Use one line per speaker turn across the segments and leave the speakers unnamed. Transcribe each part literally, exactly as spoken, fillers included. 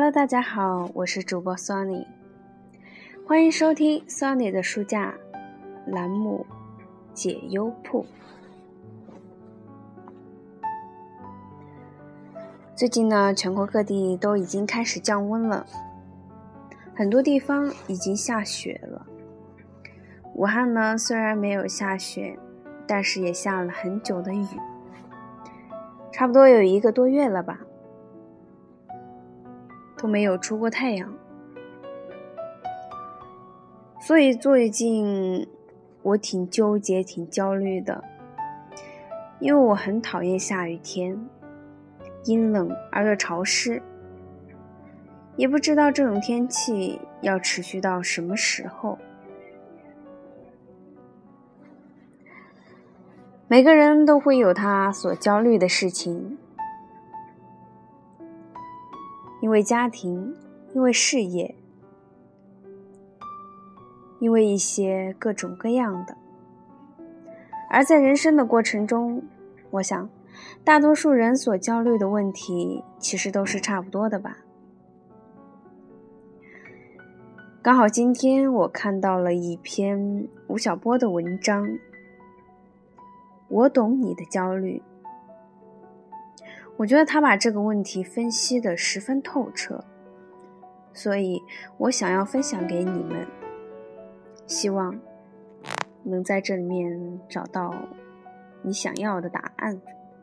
Hello， 大家好，我是主播 Sony， 欢迎收听 Sony 的书架栏目解忧铺。最近呢，全国各地都已经开始降温了，很多地方已经下雪了。武汉呢，虽然没有下雪，但是也下了很久的雨，差不多有一个多月了吧，都没有出过太阳。所以最近我挺纠结挺焦虑的，因为我很讨厌下雨天，阴冷而又潮湿，也不知道这种天气要持续到什么时候。每个人都会有他所焦虑的事情，因为家庭，因为事业，因为一些各种各样的。而在人生的过程中，我想大多数人所焦虑的问题其实都是差不多的吧。刚好今天我看到了一篇吴晓波的文章，我懂你的焦虑。我觉得他把这个问题分析得十分透彻，所以我想要分享给你们，希望能在这里面找到你想要的答案。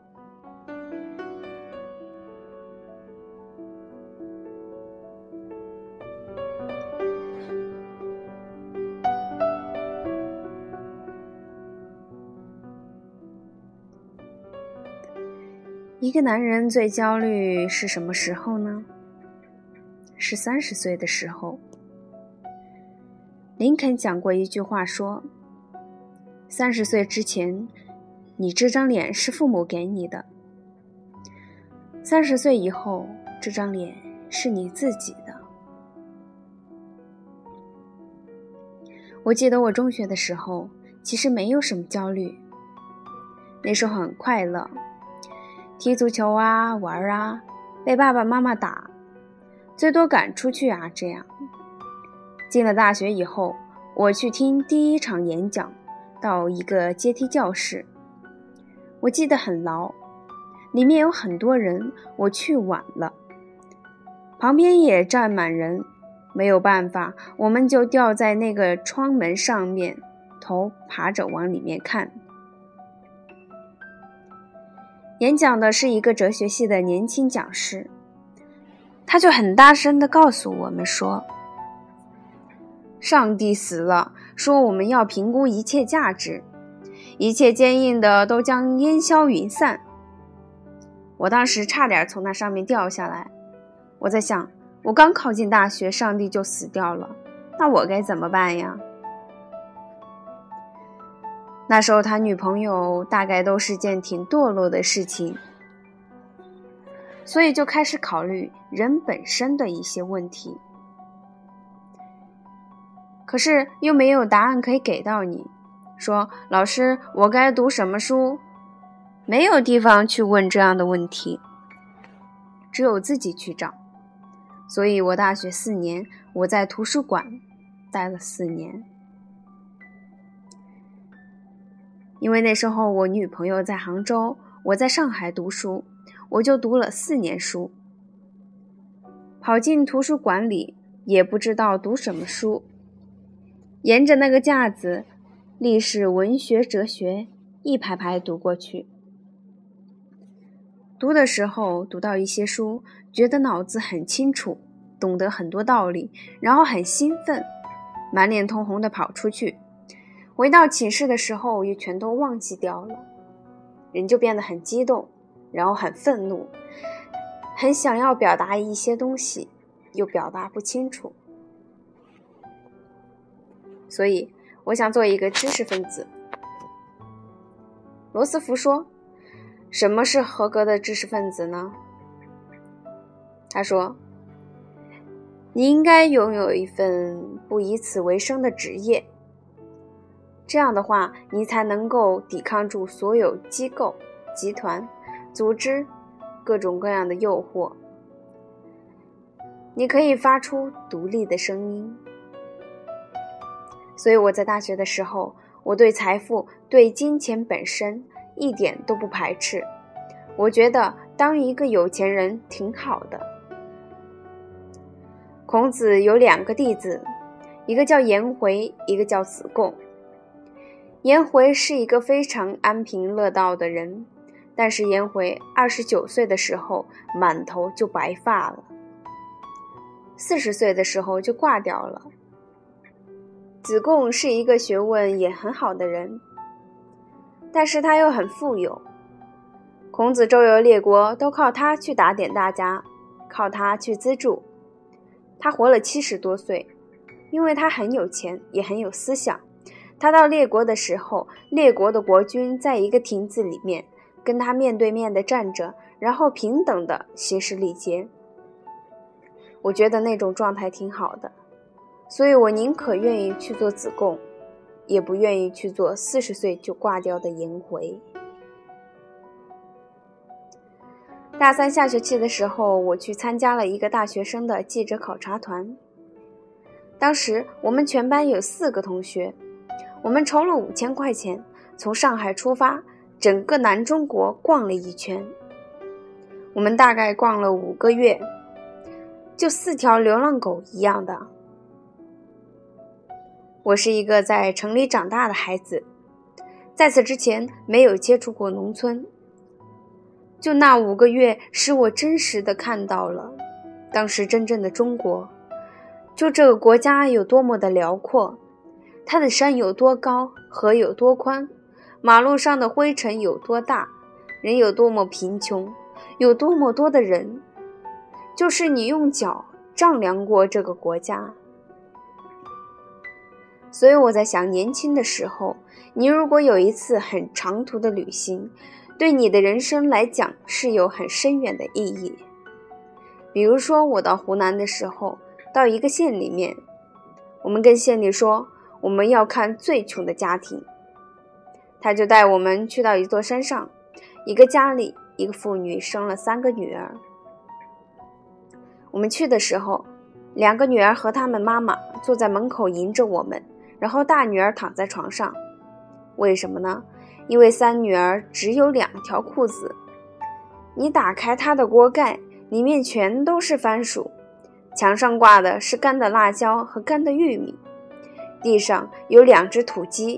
一个男人最焦虑是什么时候呢？是三十岁的时候。林肯讲过一句话说，三十岁之前，你这张脸是父母给你的；三十岁以后，这张脸是你自己的。我记得我中学的时候，其实没有什么焦虑，那时候很快乐，踢足球啊，玩啊，被爸爸妈妈打，最多赶出去啊，这样。进了大学以后，我去听第一场演讲，到一个阶梯教室，我记得很牢，里面有很多人，我去晚了，旁边也站满人，没有办法，我们就吊在那个窗门上面，头爬着往里面看。演讲的是一个哲学系的年轻讲师，他就很大声地告诉我们说，上帝死了，说我们要评估一切价值，一切坚硬的都将烟消云散。我当时差点从那上面掉下来，我在想，我刚考进大学，上帝就死掉了，那我该怎么办呀？那时候他女朋友大概都是件挺堕落的事情，所以就开始考虑人本身的一些问题。可是又没有答案可以给到你，说老师我该读什么书？没有地方去问这样的问题，只有自己去找。所以我大学四年，我在图书馆待了四年。因为那时候我女朋友在杭州，我在上海读书，我就读了四年书。跑进图书馆里，也不知道读什么书，沿着那个架子，历史、文学、哲学一排排读过去。读的时候读到一些书，觉得脑子很清楚，懂得很多道理，然后很兴奋，满脸通红地跑出去。回到寝室的时候又全都忘记掉了，人就变得很激动，然后很愤怒，很想要表达一些东西，又表达不清楚。所以我想做一个知识分子。罗斯福说，什么是合格的知识分子呢？他说，你应该拥有一份不以此为生的职业，这样的话你才能够抵抗住所有机构、集团、组织各种各样的诱惑。 你可以发出独立的声音。所以我在大学的时候，我对财富、对金钱本身一点都不排斥。我觉得当一个有钱人挺好的。孔子有两个弟子，一个叫颜回，一个叫子贡。颜回是一个非常安贫乐道的人，但是颜回二十九岁的时候满头就白发了，四十岁的时候就挂掉了。子贡是一个学问也很好的人，但是他又很富有。孔子周游列国都靠他去打点大家，靠他去资助。他活了七十多岁，因为他很有钱，也很有思想。他到列国的时候，列国的国君在一个亭子里面跟他面对面的站着，然后平等的行使礼节。我觉得那种状态挺好的，所以我宁可愿意去做子贡，也不愿意去做四十岁就挂掉的颜回。大三下学期的时候，我去参加了一个大学生的记者考察团。当时我们全班有四个同学，我们筹了五千块钱，从上海出发，整个南中国逛了一圈。我们大概逛了五个月，就四条流浪狗一样的。我是一个在城里长大的孩子，在此之前没有接触过农村。就那五个月，使我真实的看到了当时真正的中国，就这个国家有多么的辽阔，它的山有多高，河有多宽，马路上的灰尘有多大，人有多么贫穷，有多么多的人，就是你用脚丈量过这个国家。所以我在想，年轻的时候，你如果有一次很长途的旅行，对你的人生来讲是有很深远的意义。比如说我到湖南的时候，到一个县里面，我们跟县里说我们要看最穷的家庭，他就带我们去到一座山上，一个家里一个妇女生了三个女儿。我们去的时候，两个女儿和她们妈妈坐在门口迎着我们，然后大女儿躺在床上。为什么呢？因为三女儿只有两条裤子，你打开她的锅盖，里面全都是番薯，墙上挂的是干的辣椒和干的玉米，地上有两只土鸡。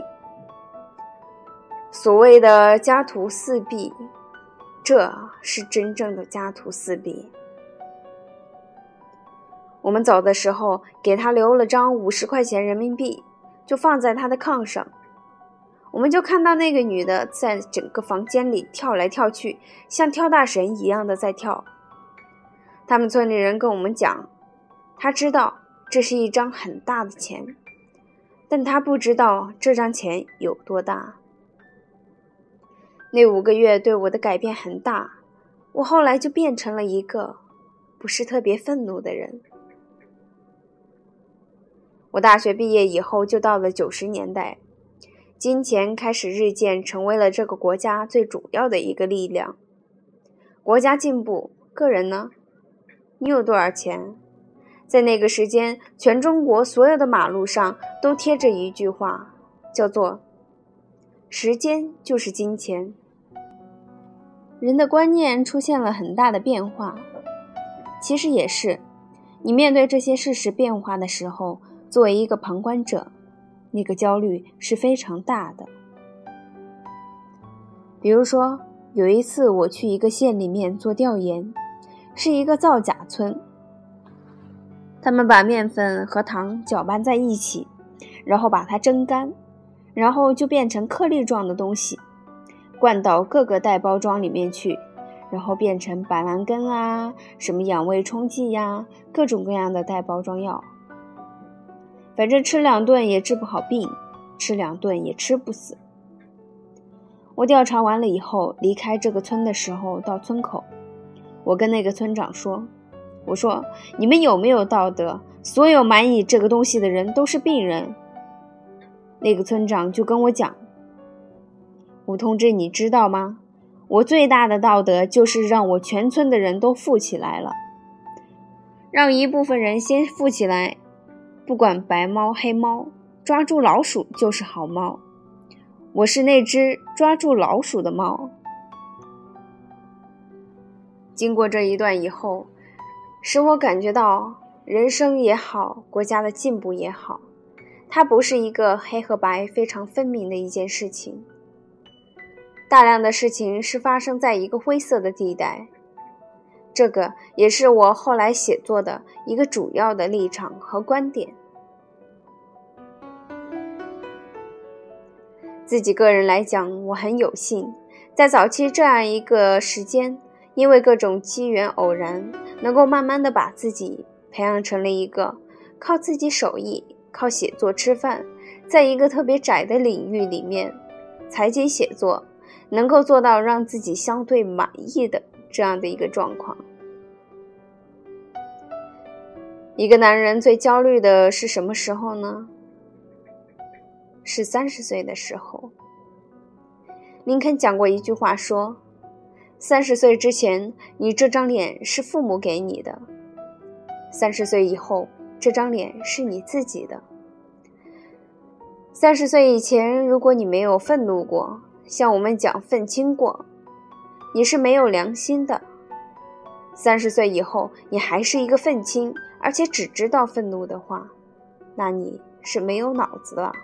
所谓的家徒四壁，这是真正的家徒四壁。我们走的时候，给她留了张五十块钱人民币，就放在她的炕上。我们就看到那个女的在整个房间里跳来跳去，像跳大神一样的在跳。他们村里人跟我们讲，他知道这是一张很大的钱，但他不知道这张钱有多大。那五个月对我的改变很大，我后来就变成了一个不是特别愤怒的人。我大学毕业以后就到了九十年代，金钱开始日渐成为了这个国家最主要的一个力量。国家进步，个人呢？你有多少钱？在那个时间，全中国所有的马路上都贴着一句话，叫做时间就是金钱。人的观念出现了很大的变化。其实也是，你面对这些事实变化的时候，作为一个旁观者，那个焦虑是非常大的。比如说，有一次我去一个县里面做调研，是一个造假村。他们把面粉和糖搅拌在一起，然后把它蒸干，然后就变成颗粒状的东西，灌到各个袋包装里面去，然后变成板蓝根啊，什么养胃冲剂呀，各种各样的袋包装药。反正吃两顿也治不好病，吃两顿也吃不死。我调查完了以后，离开这个村的时候，到村口，我跟那个村长说，我说你们有没有道德？所有买你这个东西的人都是病人。那个村长就跟我讲，吴同志，你知道吗？我最大的道德就是让我全村的人都富起来了， 让一部分人先富起来，不管白猫黑猫，抓住老鼠就是好猫。我是那只抓住老鼠的猫。经过这一段以后，使我感觉到人生也好，国家的进步也好，它不是一个黑和白非常分明的一件事情。大量的事情是发生在一个灰色的地带，这个也是我后来写作的一个主要的立场和观点。自己个人来讲，我很有幸，在早期这样一个时间，因为各种机缘偶然，能够慢慢的把自己培养成了一个靠自己手艺、靠写作吃饭，在一个特别窄的领域里面，采集写作，能够做到让自己相对满意的这样的一个状况。一个男人最焦虑的是什么时候呢？是三十岁的时候。林肯讲过一句话说，三十岁之前，你这张脸是父母给你的；三十岁以后，这张脸是你自己的。三十岁以前，如果你没有愤怒过，像我们讲愤青过，你是没有良心的。三十岁以后，你还是一个愤青，而且只知道愤怒的话，那你是没有脑子了。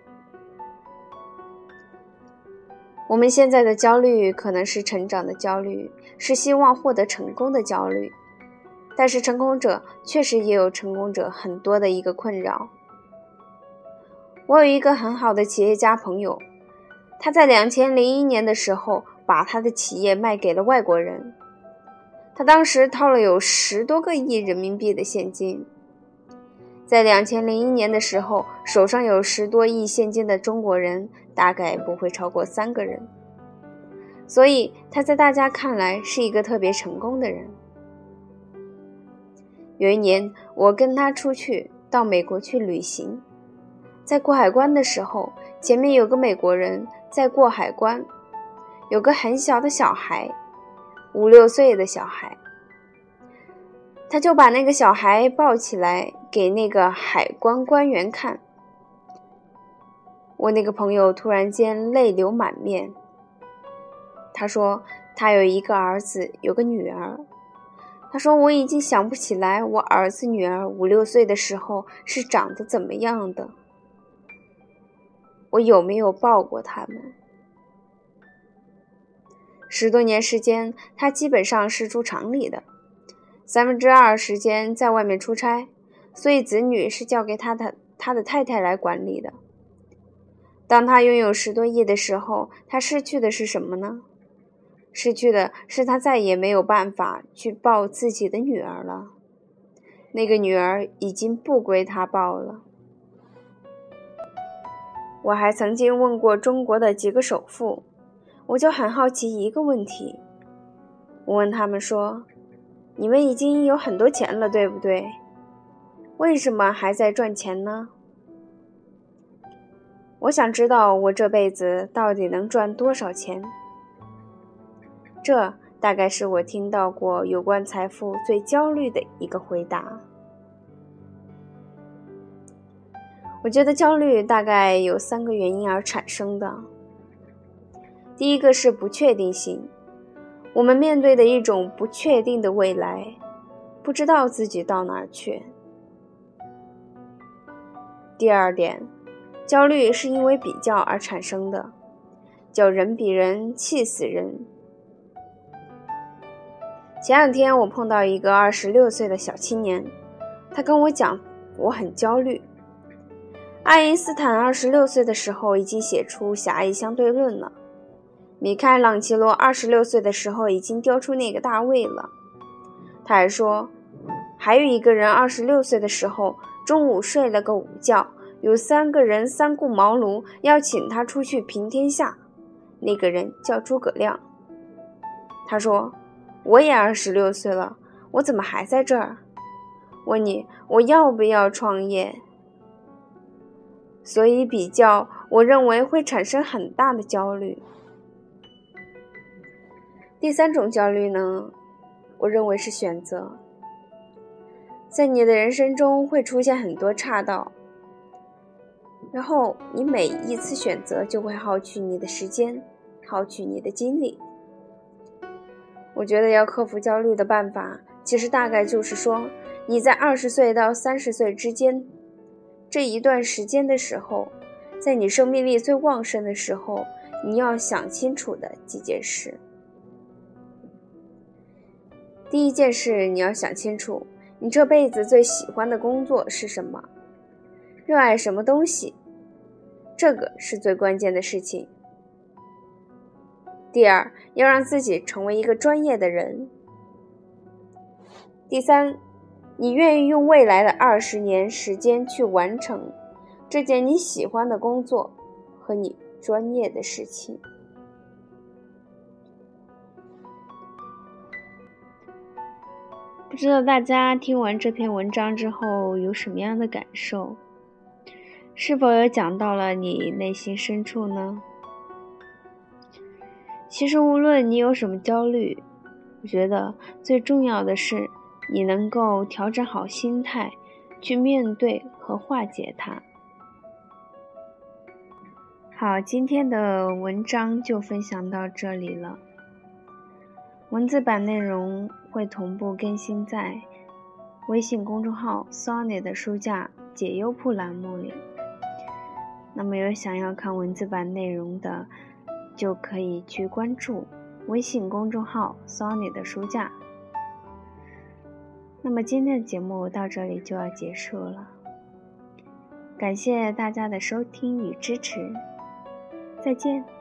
我们现在的焦虑可能是成长的焦虑，是希望获得成功的焦虑，但是成功者确实也有成功者很多的一个困扰。我有一个很好的企业家朋友，他在两千零一年的时候把他的企业卖给了外国人，他当时掏了有十多个亿人民币的现金。在两千零一年的时候，手上有十多亿现金的中国人大概不会超过三个人，所以他在大家看来是一个特别成功的人。有一年我跟他出去到美国去旅行，在过海关的时候，前面有个美国人在过海关，有个很小的小孩，五六岁的小孩，他就把那个小孩抱起来给那个海关官员看。我那个朋友突然间泪流满面，他说他有一个儿子，有个女儿。他说我已经想不起来我儿子女儿五六岁的时候是长得怎么样的，我有没有抱过他们。十多年时间，他基本上是住厂里的，三分之二时间在外面出差，所以子女是交给他的他的太太来管理的。当他拥有十多亿的时候，他失去的是什么呢？失去的是他再也没有办法去抱自己的女儿了，那个女儿已经不归他抱了。我还曾经问过中国的几个首富，我就很好奇一个问题，我问他们说，你们已经有很多钱了，对不对？为什么还在赚钱呢？我想知道我这辈子到底能赚多少钱。这大概是我听到过有关财富最焦虑的一个回答。我觉得焦虑大概有三个原因而产生的。第一个是不确定性，我们面对的一种不确定的未来，不知道自己到哪儿去。第二点，焦虑是因为比较而产生的，叫人比人气死人。前两天我碰到一个二十六岁的小青年，他跟我讲，我很焦虑。爱因斯坦二十六岁的时候已经写出狭义相对论了，米开朗基罗二十六岁的时候已经雕出那个大卫了。他还说，还有一个人二十六岁的时候中午睡了个午觉，有三个人三顾茅庐要请他出去平天下，那个人叫诸葛亮。他说，我也二十六岁了，我怎么还在这儿？问你，我要不要创业？所以比较，我认为会产生很大的焦虑。第三种焦虑呢，我认为是选择。 在你的人生中会出现很多岔道，然后你每一次选择就会耗去你的时间，耗去你的精力。我觉得要克服焦虑的办法，其实大概就是说，你在二十岁到三十岁之间这一段时间的时候，在你生命力最旺盛的时候，你要想清楚的几件事。第一件事，你要想清楚，你这辈子最喜欢的工作是什么，热爱什么东西，这个是最关键的事情。第二，要让自己成为一个专业的人。第三，你愿意用未来的二十年时间去完成这件你喜欢的工作和你专业的事情。不知道大家听完这篇文章之后有什么样的感受？是否有讲到了你内心深处呢？其实无论你有什么焦虑，我觉得最重要的是你能够调整好心态，去面对和化解它。好，今天的文章就分享到这里了。文字版内容会同步更新在微信公众号 Sonny 的书架解忧铺栏目里。那么有想要看文字版内容的，就可以去关注微信公众号 Sonny 的书架。那么今天的节目到这里就要结束了，感谢大家的收听与支持，再见。